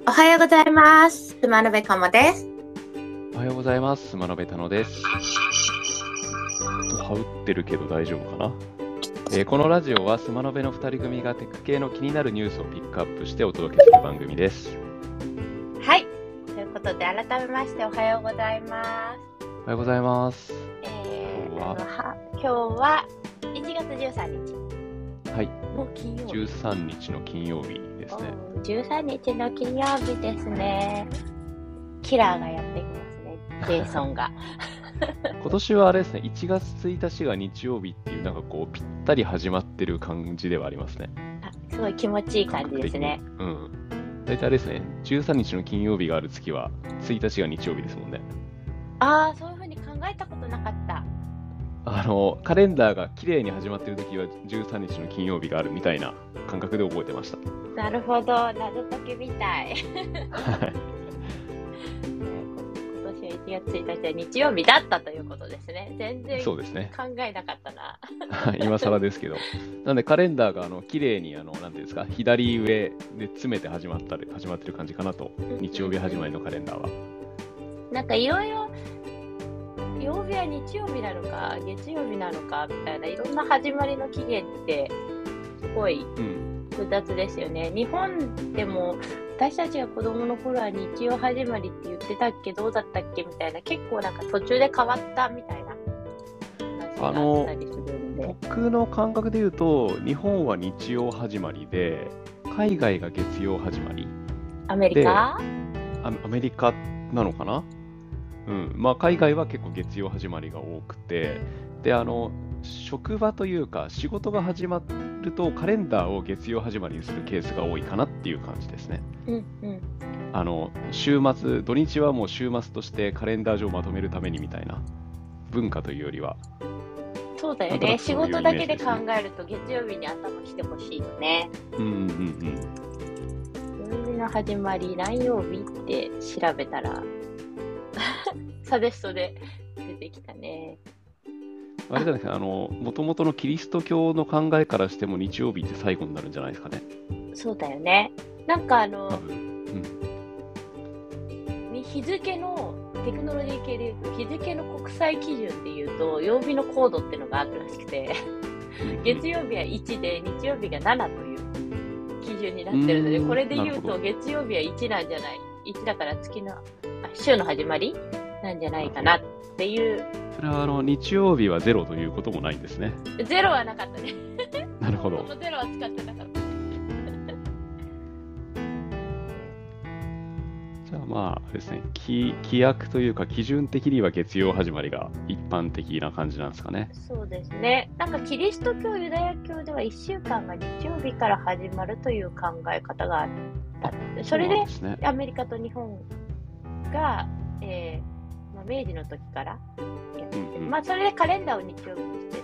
おはようございます。熊野辺かもです。 おはようございます。間延太野です。羽打ってるけど大丈夫かな。このラジオはスマノベの2人組がテック系の気になるニュースをピックアップしてお届けする番組です。 はい。ということで改めましておはようございます。 おはようございます。 今日は1月13日。 はい。 もう金曜日。 13日の金曜日ですね。 13日の金曜日ですね。キラーがやってきますね。ジェイソンが。 今年はあれですね、1月1日が日曜日っていうなんかこうぴったり始まってる感じではありますね。 すごい気持ちいい感じですね。 うん。大体あれですね、13日の金曜日がある月は1日が日曜日ですもんね。 ああ、そういう風に考えたことなかった。 カレンダーが綺麗に始まってる時は13日の金曜日があるみたいな感覚で覚えてました。 なるほど、謎解きみたい。今年は1月1日は日曜日だったということですね。全然考えなかったな。 今更ですけど。なんでカレンダーが綺麗になんていうんですか、左上で詰めて始まってる感じかなと。日曜日始まりのカレンダーは。 なんかいろいろ曜日は日曜日なのか月曜日なのかみたいないろんな始まりの期限ってすごい複雑ですよね。日本でも私たちが子供の頃は日曜始まりって言ってたっけどうだったっけみたいな結構なんか途中で変わったみたいな話があったりするんで、 僕の感覚で言うと日本は日曜始まりで海外が月曜始まり。 アメリカなのかな。まあ、海外は結構月曜始まりが多くて、で職場というか仕事が始まるとカレンダーを月曜始まりにするケースが多いかなっていう感じですね。週末、土日はもう週末としてカレンダー上まとめるためにみたいな文化というよりは。 そうだよね。仕事だけで考えると月曜日に頭きてほしいよね。曜日の始まり何曜日って調べたらサジェストで出てきたね。 あれじゃないですか、もともとのキリスト教の考えからしても日曜日って最後になるんじゃないですかね。 そうだよね。なんか日付のテクノロジー系でいうと日付の国際基準でいうと曜日のコードっていうのがあるらしくて月曜日は1で日曜日が7という基準になってるので、これで言うと月曜日は1なんじゃない、1だから週の始まりなんじゃないかなっていう。 それは日曜日は0ということもないんですね。 0はなかったね。 なるほど。 その0は使ってなかった。 じゃあまあですね、規約というか基準的には月曜始まりが一般的な感じなんですかね。 そうですね。なんかキリスト教、ユダヤ教では1週間が日曜日から始まるという考え方があった。それでアメリカと日本が、明治の時からやってて、それでカレンダーを日曜日にして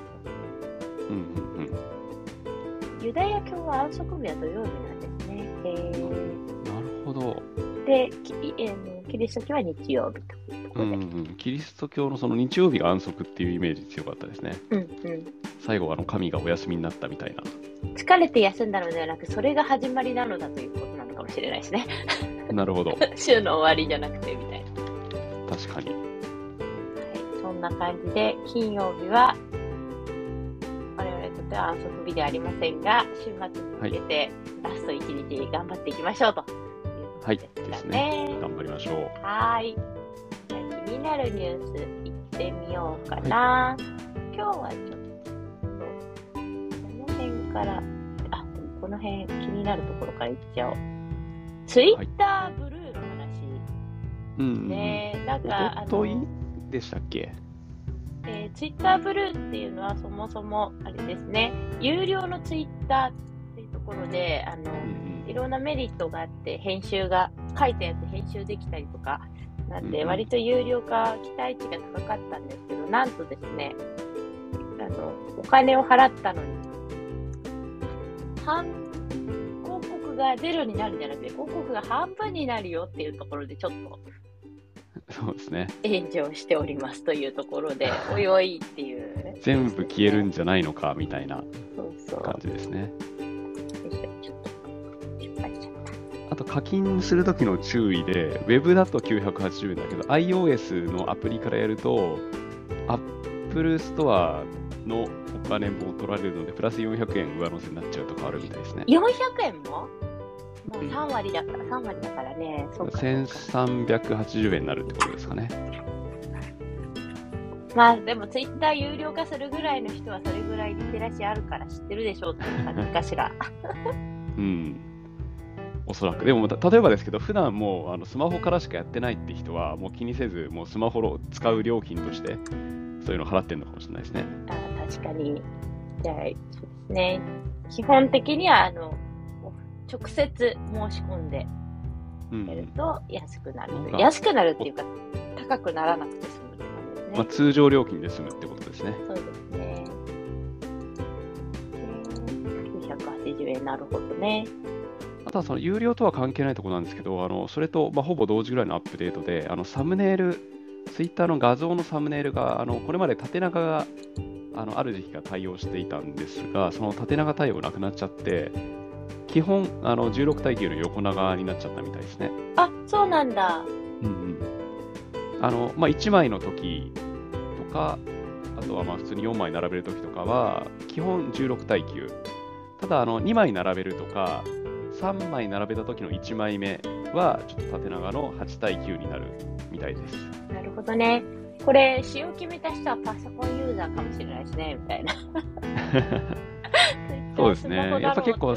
る。ユダヤ教は安息日は土曜日なんですね。 なるほど。 で、キリスト教は日曜日というところで、 キリスト教のその日曜日が安息っていうイメージ強かったですね。最後は神がお休みになったみたいな。 疲れて休んだのではなく、それが始まりなのだということなのかもしれないですね。 なるほど。 週の終わりじゃなくてみたいな。 確かに。 そんな感じで金曜日は我々にとっては安息日ではありませんが、週末に向けてラスト1日頑張っていきましょうということですね。 頑張りましょう。 はい。気になるニュースいってみようかな。今日はちょっとこの辺からこの辺気になるところからいっちゃおう。ツイッターブルーの話ね。なんかおとといでしたっけ？ ツイッターブルーっていうのはそもそもあれですね、有料のツイッターっていうところでいろんなメリットがあって、書いたやつ編集できたりとかなんで、割と有料化期待値が高かったんですけど、なんとですね、お金を払ったのに広告がゼロになるんじゃなくて広告が半分になるよっていうところでちょっとそうですね、 炎上しておりますというところでおいおいっていう、ね、 全部消えるんじゃないのかみたいな感じですね。 あと課金するときの注意で、Web だと980円だけど、iOS のアプリからやると、Apple Store のお金も取られるので、プラス400円上乗せになっちゃうと変わるみたいですね。 400円ももう3割だからね。そうか 1380円になるってことですかね。 まあでもツイッター有料化するぐらいの人はそれぐらいリテラシーあるから知ってるでしょうっていう感じかしら。 うん。おそらく。でも、例えばですけど、普段もうスマホからしかやってないって人は、もう気にせず、もうスマホを使う料金として、そういうのを払ってるのかもしれないですね。 確かに。じゃあ、そうですね。基本的には、直接申し込んでやると安くなる。安くなるっていうか、高くならなくて済むって感じですね。 まあ、通常料金で済むってことですね。 そうですね。980円、なるほどね。 あとはその有料とは関係ないところなんですけど、それと、ほぼ同時ぐらいのアップデートで、サムネイル、ツイッターの画像のサムネイルが、これまで縦長がある時期が対応していたんですが、その縦長対応なくなっちゃって、基本16対9の横長になっちゃったみたいですね。 あ、そうなんだ。 1枚の時とか、あとは普通に4枚並べる時とかは、基本16対9。ただ2枚並べるとか、3枚並べた時の1枚目は、ちょっと縦長の8対9になるみたいです。 なるほどね。これ、仕様決めた人はパソコンユーザーかもしれないですね、みたいな。 そうですね。やっぱ結構、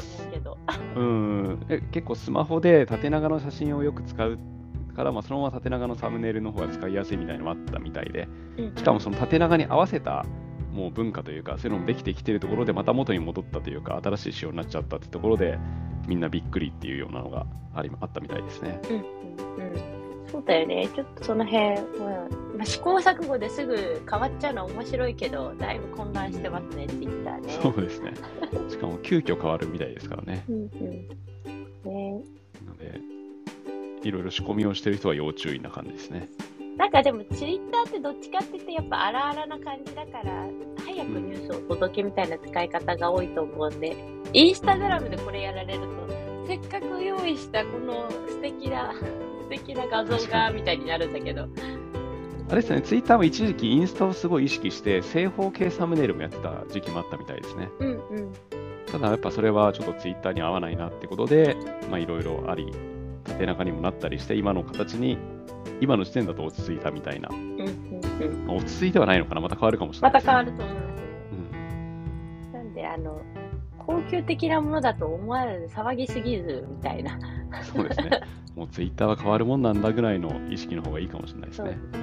結構スマホで縦長の写真をよく使うから、そのまま縦長のサムネイルの方が使いやすいみたいなのもあったみたいで、しかもその縦長に合わせたもう文化というか、そういうのもできてきているところで、また元に戻ったというか、新しい仕様になっちゃったってところで、みんなびっくりっていうようなのがあったみたいですね。 そうだよね。ちょっとその辺、試行錯誤ですぐ変わっちゃうのは面白いけど、だいぶ混乱してますね、ツイッターね。 そうですね。しかも急遽変わるみたいですからね。なので、いろいろ仕込みをしている人は要注意な感じですね。 なんかでもツイッターってどっちかって言ってやっぱ荒々な感じだから、早くニュースをお届けみたいな使い方が多いと思うんで、インスタグラムでこれやられると、せっかく用意したこの素敵な画像がみたいになるんだけど。 あれですね、ツイッターも一時期インスタをすごい意識して正方形サムネイルもやってた時期もあったみたいですね。ただやっぱそれはちょっとツイッターに合わないなってことで、いろいろあり、縦長にもなったりして、今の形に、今の時点だと落ち着いたみたいな。落ち着いてはないのかな、また変わるかもしれないですね。 また変わると思いますね。なんで、高級的なものだと思われず騒ぎすぎずみたいな。 そうですね。もうツイッターは変わるもんなんだぐらいの意識の方がいいかもしれないですね。 そうです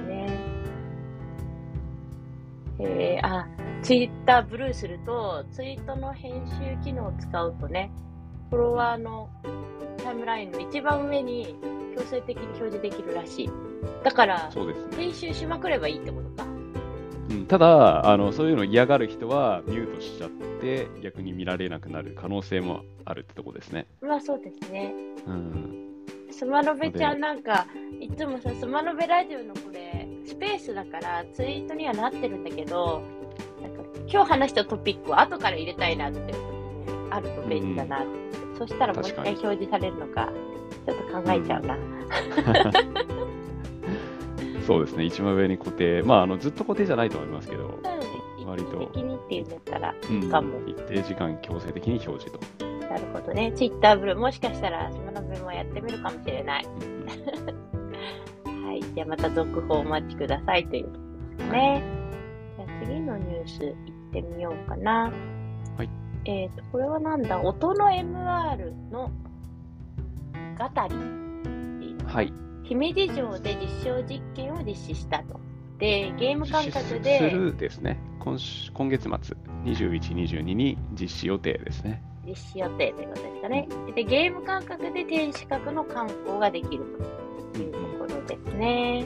ね。ツイッターブルーすると、ツイートの編集機能を使うとね、フォロワーのタイムラインの一番上に強制的に表示できるらしい。だから、 そうですね、 編集しまくればいいってことか。 ただそういうの嫌がる人はミュートしちゃって逆に見られなくなる可能性もあるってとこですね。 そうですね。スマノベちゃんなんかいつもさ、スマノベラジオのこれスペースだからツイートにはなってるんだけど、なんか今日話したトピックを後から入れたいなってあると便利だなって、そしたらもう一回表示されるのかちょっと考えちゃうな。 そうですね、一番上に固定、ずっと固定じゃないと思いますけど、 割と一時的にっていうんだったらいいかも。 一定時間強制的に表示と。 なるほどね。ツイッターブルー、もしかしたらスマノベもやってみるかもしれない。はい、じゃあまた続報お待ちくださいということですかね。じゃあ次のニュースいってみようかな。 はい。 これはなんだ、音の MR のガタリ。 はい。 姫路城で実証実験を実施したと。で、ゲーム感覚で。 するですね。今月末、21、22に実施予定ですね。 実施予定ということですかね。で、ゲーム感覚で天守閣の観光ができるというところですね。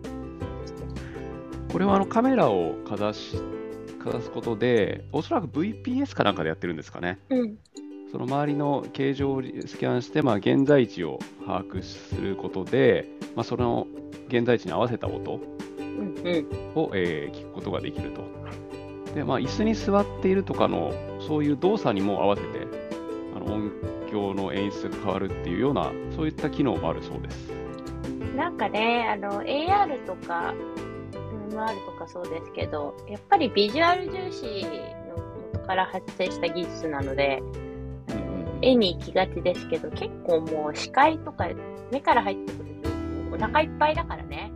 これはカメラをかざすことで、おそらく VPS かなんかでやってるんですかね。その周りの形状をスキャンして、現在地を把握することで、その現在地に合わせた音を、聞くことができると。で、椅子に座っているとかのそういう動作にも合わせて音響の演出が変わるっていうような、そういった機能もあるそうです。 なんかね、AR とか MR とかそうですけど、やっぱりビジュアル重視の元から発生した技術なので、絵に行きがちですけど、結構もう視界とか目から入ってくる情報、お腹いっぱいだからね。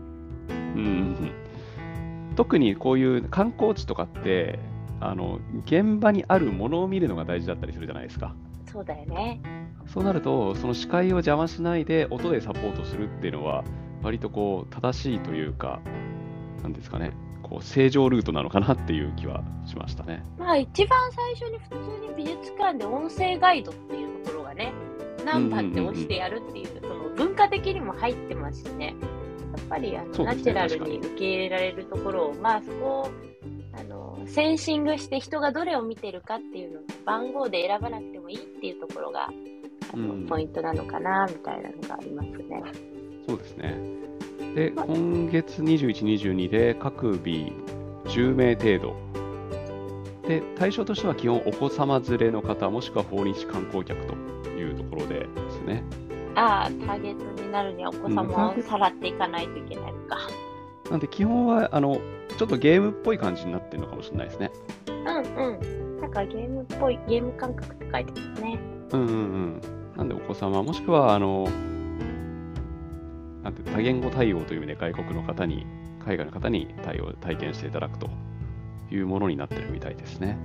特にこういう観光地とかって現場にあるものを見るのが大事だったりするじゃないですか。 そうだよね。 そうなると、その視界を邪魔しないで音でサポートするっていうのは、割とこう正しいというか、なんですかね、こう正常ルートなのかなっていう気はしましたね。 まあ一番最初に普通に美術館で音声ガイドっていうところがね、何番って押してやるっていう、その文化的にも入ってますしね。やっぱりナチュラルに受け入れられるところを、まあそこをセンシングして人がどれを見てるかっていうのを番号で選ばなくてもいいっていうところがポイントなのかなみたいなのがありますね。 そうですね。で、今月21、22で各日10名程度。で、対象としては基本お子様連れの方、もしくは訪日観光客というところでですね。 ターゲットになるにはお子様をさらっていかないといけないのか。 なんで基本はちょっとゲームっぽい感じになってるのかもしれないですね。 なんかゲームっぽい、ゲーム感覚って書いてますね。 なんでお子様、もしくはなんて多言語対応という意味で外国の方に、海外の方に体験していただくというものになってるみたいですね。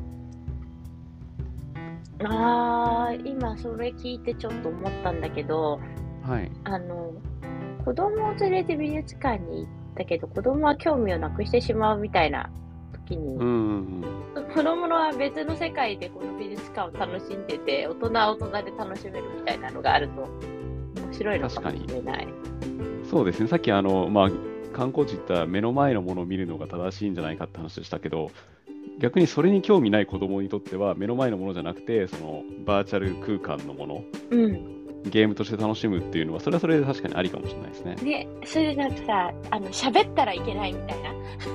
今それ聞いてちょっと思ったんだけど、 はい。 子供を連れて美術館に行ったけど、子供は興味をなくしてしまうみたいな時に、子供は別の世界でこの美術館を楽しんでて、大人は大人で楽しめるみたいなのがあると面白いのかもしれない。 そうですね。さっき観光地行ったら目の前のものを見るのが正しいんじゃないかって話でしたけど、逆にそれに興味ない子供にとっては目の前のものじゃなくて、そのバーチャル空間のもの、ゲームとして楽しむっていうのは、それはそれで確かにありかもしれないですね。 ね、それなんかさ、喋ったらいけないみたいな。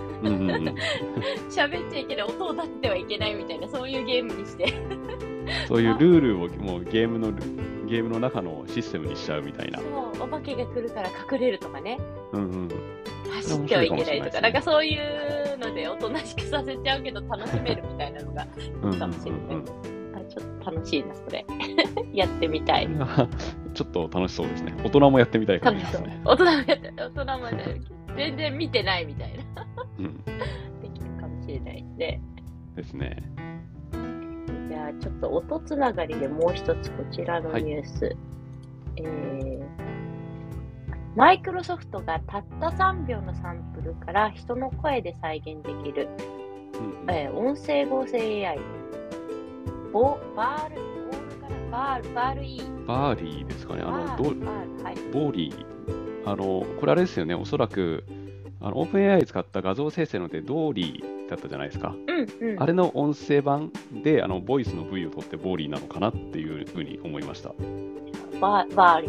喋っちゃいけない、音を出してはいけないみたいな、そういうゲームにして。 そういうルールをもうゲームの中のシステムにしちゃうみたいな。 そう、お化けが来るから隠れるとかね。走ってはいけないとか、なんかそういうのでおとなしくさせちゃうけど楽しめるみたいなのがいいかもしれない。ちょっと楽しいな、それ。やってみたい。 ちょっと楽しそうですね。大人もやってみたいかもしれないですね。 大人もやって、大人もね、全然見てないみたいな。できるかもしれないね。 ですね。 じゃあ、ちょっと音つながりでもう一つこちらのニュース。マイクロソフトがたった3秒のサンプルから人の声で再現できる、音声合成 AI。バーリーですかね。ボーリー。これあれですよね。おそらく、オープン AI 使った画像生成のでドーリーだったじゃないですか。あれの音声版で、ボイスの V を取ってボーリーなのかなっていうふうに思いました。 バーリ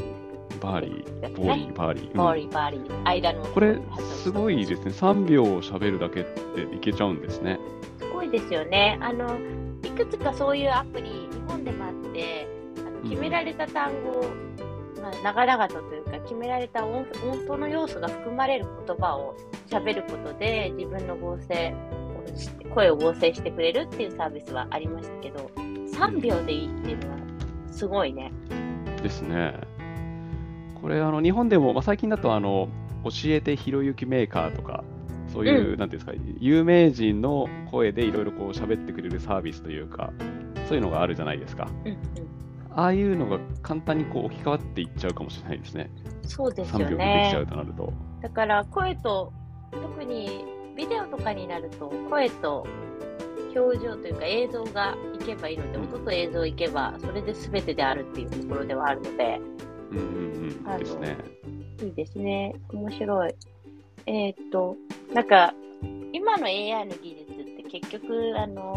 ー。間の。 これ、すごいですね。3秒喋るだけでいけちゃうんですね。 すごいですよね。いくつかそういうアプリ、日本でもあって、決められた単語、長々とというか、決められた音符の要素が含まれる言葉を喋ることで、自分の声を合成してくれるっていうサービスはありましたけど、3秒でいいっていうのは、すごいね。 ですね。これ、日本でも、最近だと、教えてひろゆきメーカーとか、そういう、なんていうんですか、有名人の声でいろいろこう喋ってくれるサービスというか、そういうのがあるじゃないですか。ああいうのが簡単にこう置き換わっていっちゃうかもしれないですね。 そうですよね。 3秒でできちゃうとなると。 だから声と、特にビデオとかになると、声と表情というか映像がいけばいいので、音と映像いけば、それで全てであるっていうところではあるので。 ですね。 いいですね。面白い。なんか、今の AI の技術って結局、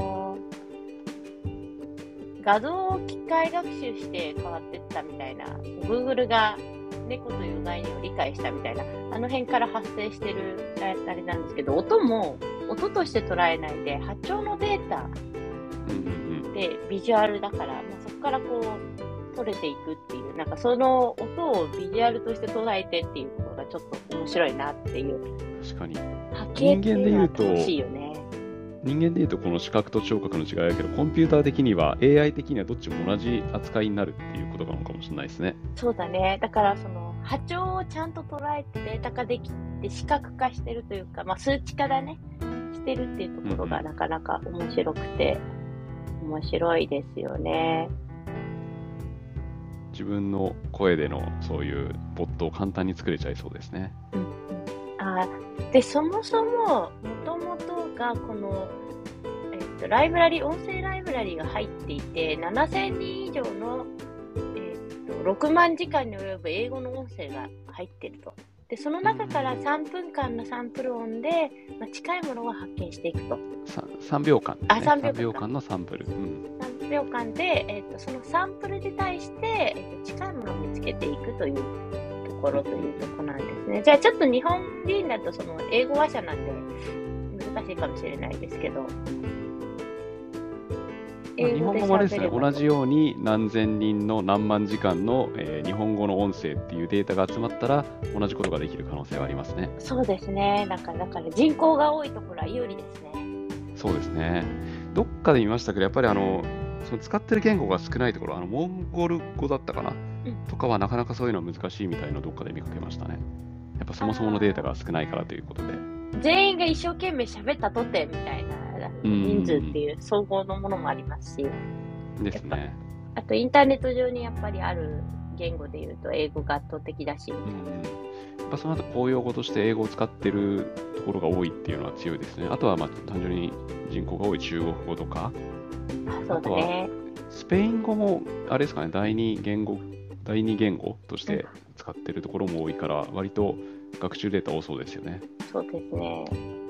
画像を機械学習して変わっていったみたいな、Google が猫という概念を理解したみたいな、あの辺から発生してるあれなんですけど、音も音として捉えないで、波長のデータでビジュアルだから、そこからこう取れていくっていう、なんかその音をビジュアルとして捉えてっていうところがちょっと面白いなっていう。 確かに。 波形っていうのは楽しいよね。 人間でいうとこの視覚と聴覚の違いだけど、コンピューター的には AI 的にはどっちも同じ扱いになるっていうことなのかもしれないですね。 そうだね。だからその波長をちゃんと捉えてデータ化できて視覚化してるというか、数値化だねしてるっていうところがなかなか面白くて、面白いですよね。 自分の声でのそういうボットを簡単に作れちゃいそうですね。 で、そもそも元々がこの、ライブラリ、音声ライブラリが入っていて、7000人以上の、6万時間に及ぶ英語の音声が入っていると。で、その中から3分間のサンプル音で、近いものを発見していくと。 3秒間ですね。 3 秒間のサンプル。 3秒間で、そのサンプルに対して、近いものを見つけていくというところというところなんですね。じゃあちょっと日本人だとその英語話者なんで難しいかもしれないですけど。 日本語もですね、同じように何千人の何万時間の、日本語の音声っていうデータが集まったら同じことができる可能性はありますね。 そうですね。だから人口が多いところは有利ですね。 そうですね。どっかで見ましたけど、やっぱりその使ってる言語が少ないところ、モンゴル語だったかな、とかはなかなかそういうのは難しいみたいなのをどっかで見かけましたね。やっぱそもそものデータが少ないからということで。 全員が一生懸命喋ったとてみたいな人数っていう総合のものもありますし。 ですね。 あとインターネット上にやっぱりある言語でいうと英語が圧倒的だし。 やっぱその後公用語として英語を使ってるところが多いっていうのは強いですね。あとは単純に人口が多い中国語とか。 そうだね。 スペイン語もあれですかね、第二言語として使ってるところも多いから、割と学習データ多そうですよね。 そうですね。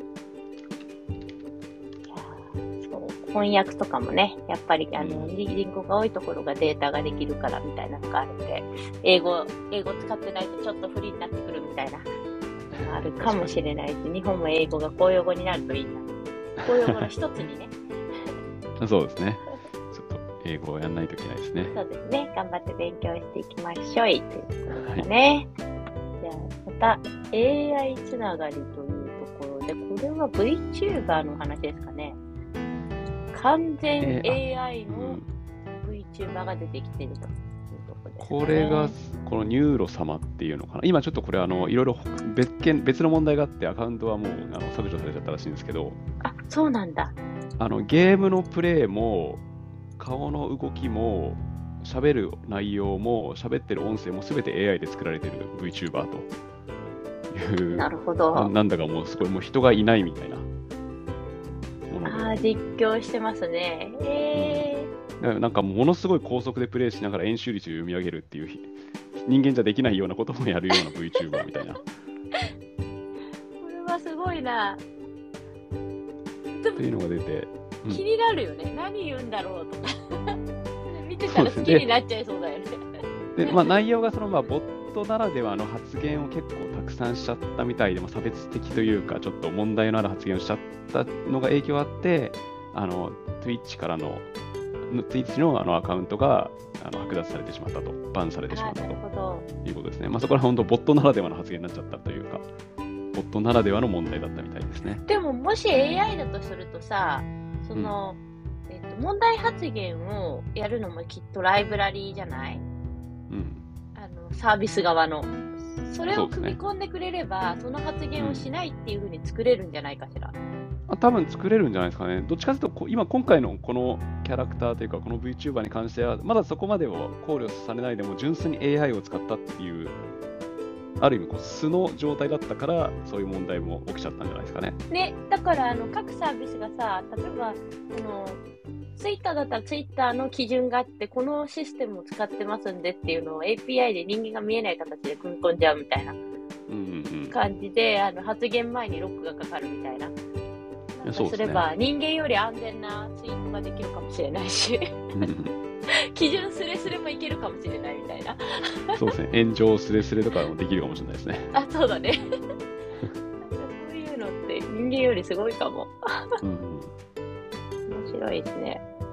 翻訳とかもね、やっぱり人口が多いところがデータができるからみたいなのがあるので、英語使ってないとちょっと不利になってくるみたいなのがあるかもしれないし、日本も英語が公用語になるといいな。公用語の一つにね。 そうですね。ちょっと英語をやらないといけないですね。 そうですね。頑張って勉強していきましょうというところですね。じゃあまた AI つながりというところで、これは VTuber の話ですかね。完全 AI の VTuber が出てきているというところですね。 これがこのニューロ様っていうのかな。今ちょっとこれいろいろ別の問題があってアカウントはもう削除されちゃったらしいんですけど。 そうなんだ。 ゲームのプレイも顔の動きも喋る内容も喋ってる音声も全て AI で作られてる VTuber という。 なるほど。 なんだかもうすごいもう人がいないみたいな。 実況してますね。 なんかものすごい高速でプレイしながら演習率を読み上げるっていう人間じゃできないようなこともやるような VTuber みたいな。これはすごいな。 っていうのが出て、 気になるよね。何言うんだろうとか見てたら好きになっちゃいそうだよね。 で、内容がボットならではの発言を結構たくさんしちゃったみたいでも差別的というかちょっと問題のある発言をしちゃったのが影響あってTwitch からのTwitch のアカウントが剥奪されてしまったと、バンされてしまったということですね。そこら本当ボットならではの発言になっちゃったというか、ボットならではの問題だったみたいですね。 でももし AI だとするとさ、その、問題発言をやるのもきっとライブラリーじゃない？サービス側の。それを組み込んでくれれば、その発言をしないっていう風に作れるんじゃないかしら。 多分作れるんじゃないですかね。どっちかというと、今回のこのキャラクターというか、この VTuber に関しては、まだそこまでを考慮されないでも、純粋に AI を使ったっていう、ある意味素の状態だったから、そういう問題も起きちゃったんじゃないですかね。 ね、だから各サービスがさ、例えばツイッターだったらツイッターの基準があって、このシステムを使ってますんでっていうのを API で人間が見えない形で組み込んじゃうみたいな感じで、発言前にロックがかかるみたいな。すれば、人間より安全なツイートができるかもしれないし、基準スレスレもいけるかもしれないみたいな。 そうですね、炎上スレスレとかもできるかもしれないですね。 そうだね。そういうのって人間よりすごいかも。面白いですね。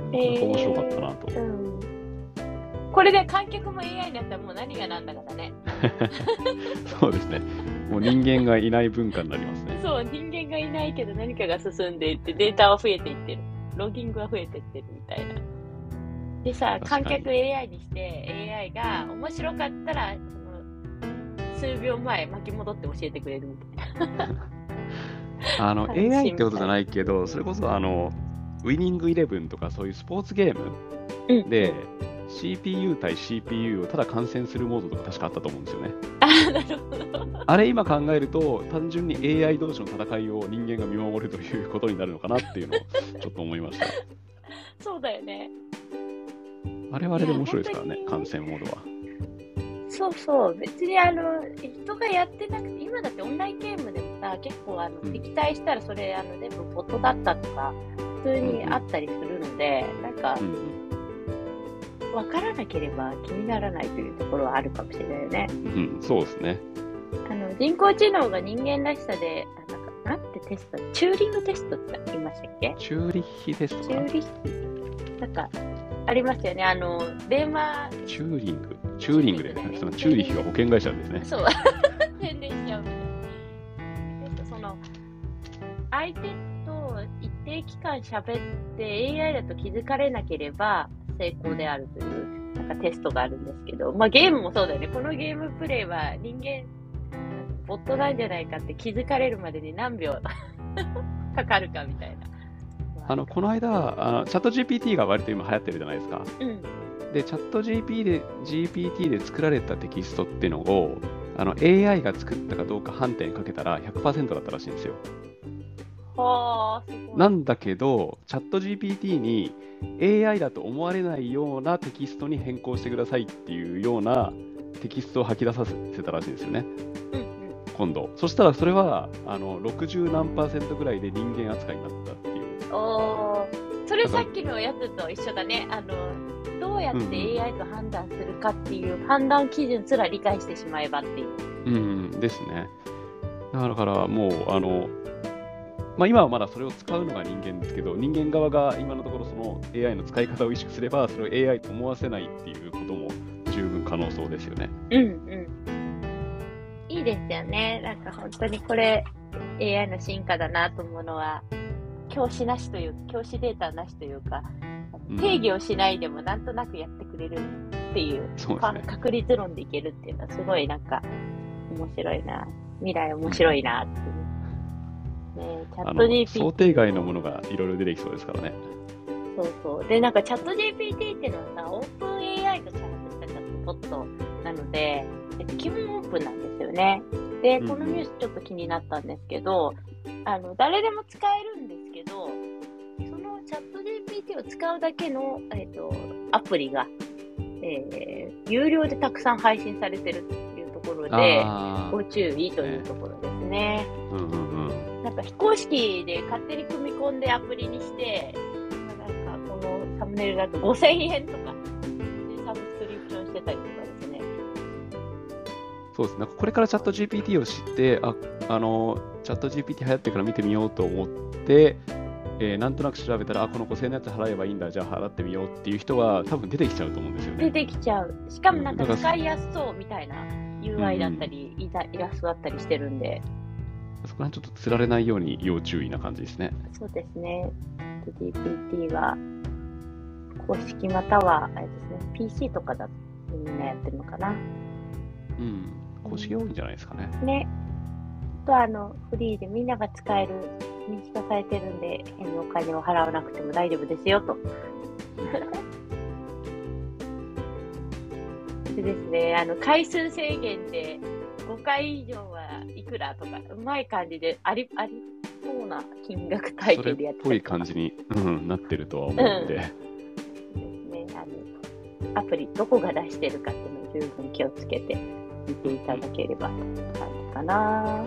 面白かったなと。 これで観客も AI になったらもう何がなんだからね。 そうですね。もう人間がいない文化になりますね。 そう、人間がいないけど何かが進んでいってデータは増えていってる。ロギングは増えていってるみたいな。でさ、観客 AI にして AI が面白かったらその数秒前巻き戻って教えてくれるみたいな。 AI ってことじゃないけど、それこそウィニングイレブンとかそういうスポーツゲームで、CPU 対 CPU をただ観戦するモードとか確かあったと思うんですよね。 なるほど。 あれ今考えると単純に AI 同士の戦いを人間が見守るということになるのかなっていうのをちょっと思いました。 そうだよね。 あれはあれで面白いですからね、観戦モードは。 そうそう、別に人がやってなくて、今だってオンラインゲームでもさ、結構敵対したらそれ全部ボットだったとか普通にあったりするので、なんか、分からなければ気にならないというところはあるかもしれないよね。 そうですね。 人工知能が人間らしさで、なんてテスト、チューリングテストって言いましたっけ？ チューリッヒテストかな？ チューリッヒ、なんかありましたよね。電話。 チューリングで、チューリッヒは保険会社ですね。 そう。宣伝しちゃう。相手と一定期間喋って AI だと気づかれなければ成功であるというなんかテストがあるんですけど、まあゲームもそうだよね。このゲームプレイは人間ボットなんじゃないかって気づかれるまでに何秒かかるかみたいな。 この間チャット GPT が割と今流行ってるじゃないですか。でチャット GPT で作られたテキストっていうのをAI が作ったかどうか判定かけたら 100% だったらしいんですよ。なんだけど、チャット GPT に AI だと思われないようなテキストに変更してくださいっていうようなテキストを吐き出させたらしいんですよね。今度。そしたらそれは60何%ぐらいで人間扱いになったっていう。 それさっきのやつと一緒だね。どうやって AI と判断するかっていう判断基準すら理解してしまえばっていう。 ですね。だからもう今はまだそれを使うのが人間ですけど、人間側が今のところその AI の使い方を意識すれば、それを AI と思わせないっていうことも十分可能そうですよね。 いいですよね。なんか本当にこれ AI の進化だなと思うのは、教師データなしというか、定義をしないでもなんとなくやってくれるっていう、確率論でいけるっていうのはすごいなんか面白いな。未来面白いなっていう。チャット GPT 想定外のものがいろいろ出てきそうですからね。 そう。で、なんかチャット GPT っていうのはさ、オープン AI が開発したチャットボットなので、基本オープンなんですよね。で、このニュースちょっと気になったんですけど、誰でも使えるんですけど、そのチャット GPT を使うだけの、アプリが、有料でたくさん配信されてるっていうところで、ご注意というところですね。なんか非公式で勝手に組み込んでアプリにして、なんかこのサムネイルだと5000円とかでサブスクリプションしてたりとかですね。 そうですね。これからチャット GPT を知って、チャット GPT 流行ってから見てみようと思って、なんとなく調べたら、この5000円のやつ払えばいいんだ、じゃあ払ってみようっていう人は多分出てきちゃうと思うんですよね。 出てきちゃう。しかもなんか使いやすそうみたいな UI だったり、イラストだったりしてるんで。 そこら辺ちょっと釣られないように要注意な感じですね。 そうですね。GPT は公式またはあれですね、PC とかだとみんなやってるのかな。 公式多いんじゃないですかね。 ね。フリーでみんなが使える認識されてるんで、変にお金を払わなくても大丈夫ですよと。でですね、回数制限で5回以上はいくらとか、うまい感じでありそうな金額体系でやってる。 それっぽい感じに、なってるとは思うので。ですね、アプリどこが出してるかっていうのを十分気をつけて見ていただければという感じかな。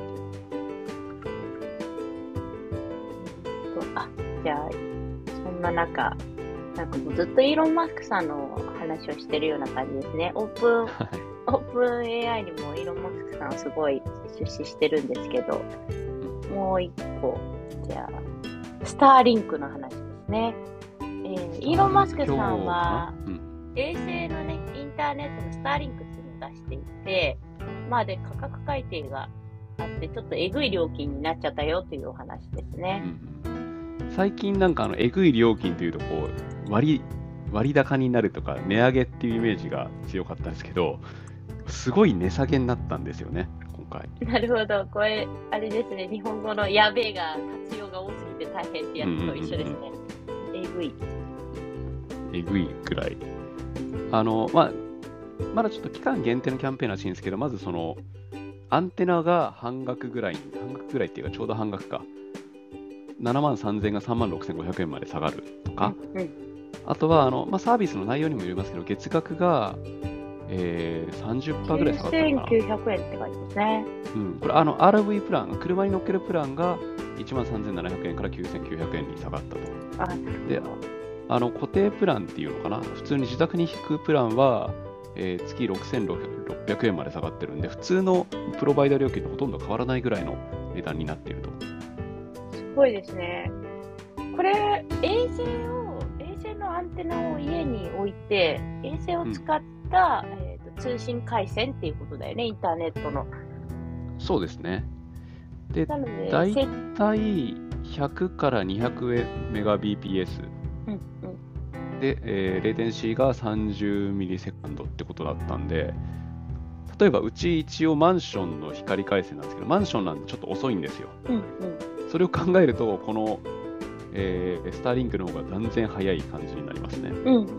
じゃあ、そんな中、なんかもうずっとイーロン・マスクさんの話をしてるような感じですね。オープン AI にもイーロン・マスクさんすごい出資してるんですけど、もう一個、じゃあ、スターリンクの話ですね。 イーロン・マスクさんは、 今日かな、 衛星のね、インターネットのスターリンクっていうのを出していて、まあで、価格改定があって、ちょっとえぐい料金になっちゃったよというお話ですね。 最近なんかえぐい料金というとこう割高になるとか値上げっていうイメージが強かったんですけど、すごい値下げになったんですよね、今回。 なるほど。これ、あれですね、日本語のやべえが活用が多すぎて大変ってやつと一緒ですね。えぐい。 えぐいくらい。まだちょっと期間限定のキャンペーンらしいんですけど、まずその、アンテナが半額ぐらいっていうかちょうど半額か。73,000円が36,500円まで下がるとか、あとはサービスの内容にもよりますけど、月額が、30% ぐらい下がったのかな。 9,900円って書いてますね。 これRV プラン、車に乗っけるプランが 13,700 円から 9,900 円に下がったと。で、固定プランっていうのかな、普通に自宅に引くプランは、月 6,600 円まで下がってるんで、普通のプロバイダー料金とほとんど変わらないぐらいの値段になっていると。 すごいですね。これ、衛星のアンテナを家に置いて、衛星を使った、通信回線っていうことだよね、インターネットの。 そうですね。で、 なのでだいたい100から200メガ BPS。で、レイテンシーが30ミリセカンドってことだったんで、例えばうち一応マンションの光回線なんですけど、マンションなんでちょっと遅いんですよ。それを考えると、この、スターリンクの方が断然早い感じになりますね。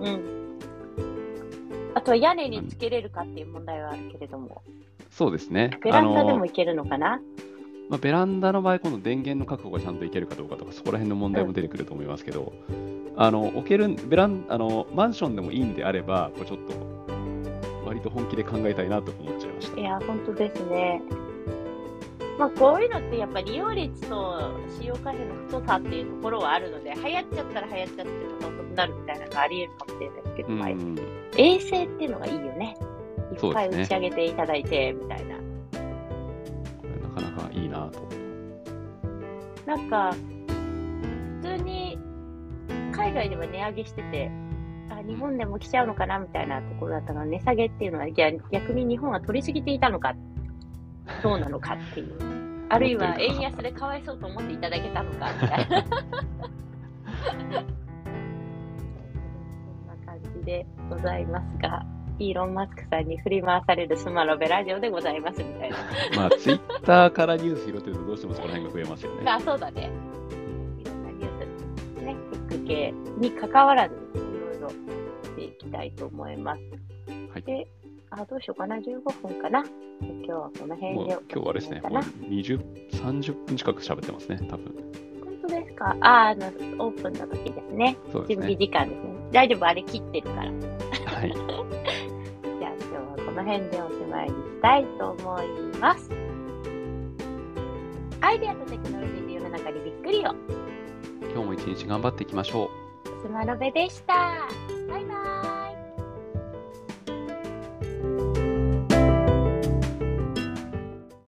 あとは屋根につけれるかっていう問題はあるけれども。 そうですね。 ベランダでもいけるのかな？ ベランダの場合、この電源の確保がちゃんといけるかどうかとか、そこら辺の問題も出てくると思いますけど、置けるマンションでもいいんであれば、これちょっと割と本気で考えたいなと思っちゃいました。 いや、本当ですね。こういうのってやっぱり利用率と使用回数の太さっていうところはあるので、流行っちゃったら流行っちゃってまた遅くなるみたいなのがあり得るかもしれないですけど、衛星っていうのがいいよね。いっぱい打ち上げていただいて、みたいな。 これなかなかいいなと。 なんか、普通に海外では値上げしてて、日本でも来ちゃうのかなみたいなところだったので、値下げっていうのは逆に日本は取りすぎていたのか、どうなのかっていう。あるいは円安でかわいそうと思っていただけたのか、みたいな。そんな感じでございますが、イーロン・マスクさんに振り回されるスマロベラジオでございますみたいな。 ツイッターからニュース拾ってるとどうしてもそこら辺が増えますよね。 そうだね。いろんなニュース、ね、テック系に関わらず、いろいろしていきたいと思います。で、どうしようかな、15分かな。今日はこの辺で。 今日はですね、もう30分近く喋ってますね、多分。 本当ですか？オープンの時ですね。準備時間ですね。大丈夫、あれ切ってるから。はい。じゃあ今日はこの辺でおしまいにしたいと思います。アイデアとテクノロジーで世の中にびっくりを。 今日も一日頑張っていきましょう。 スマロベでした。バイバーイ。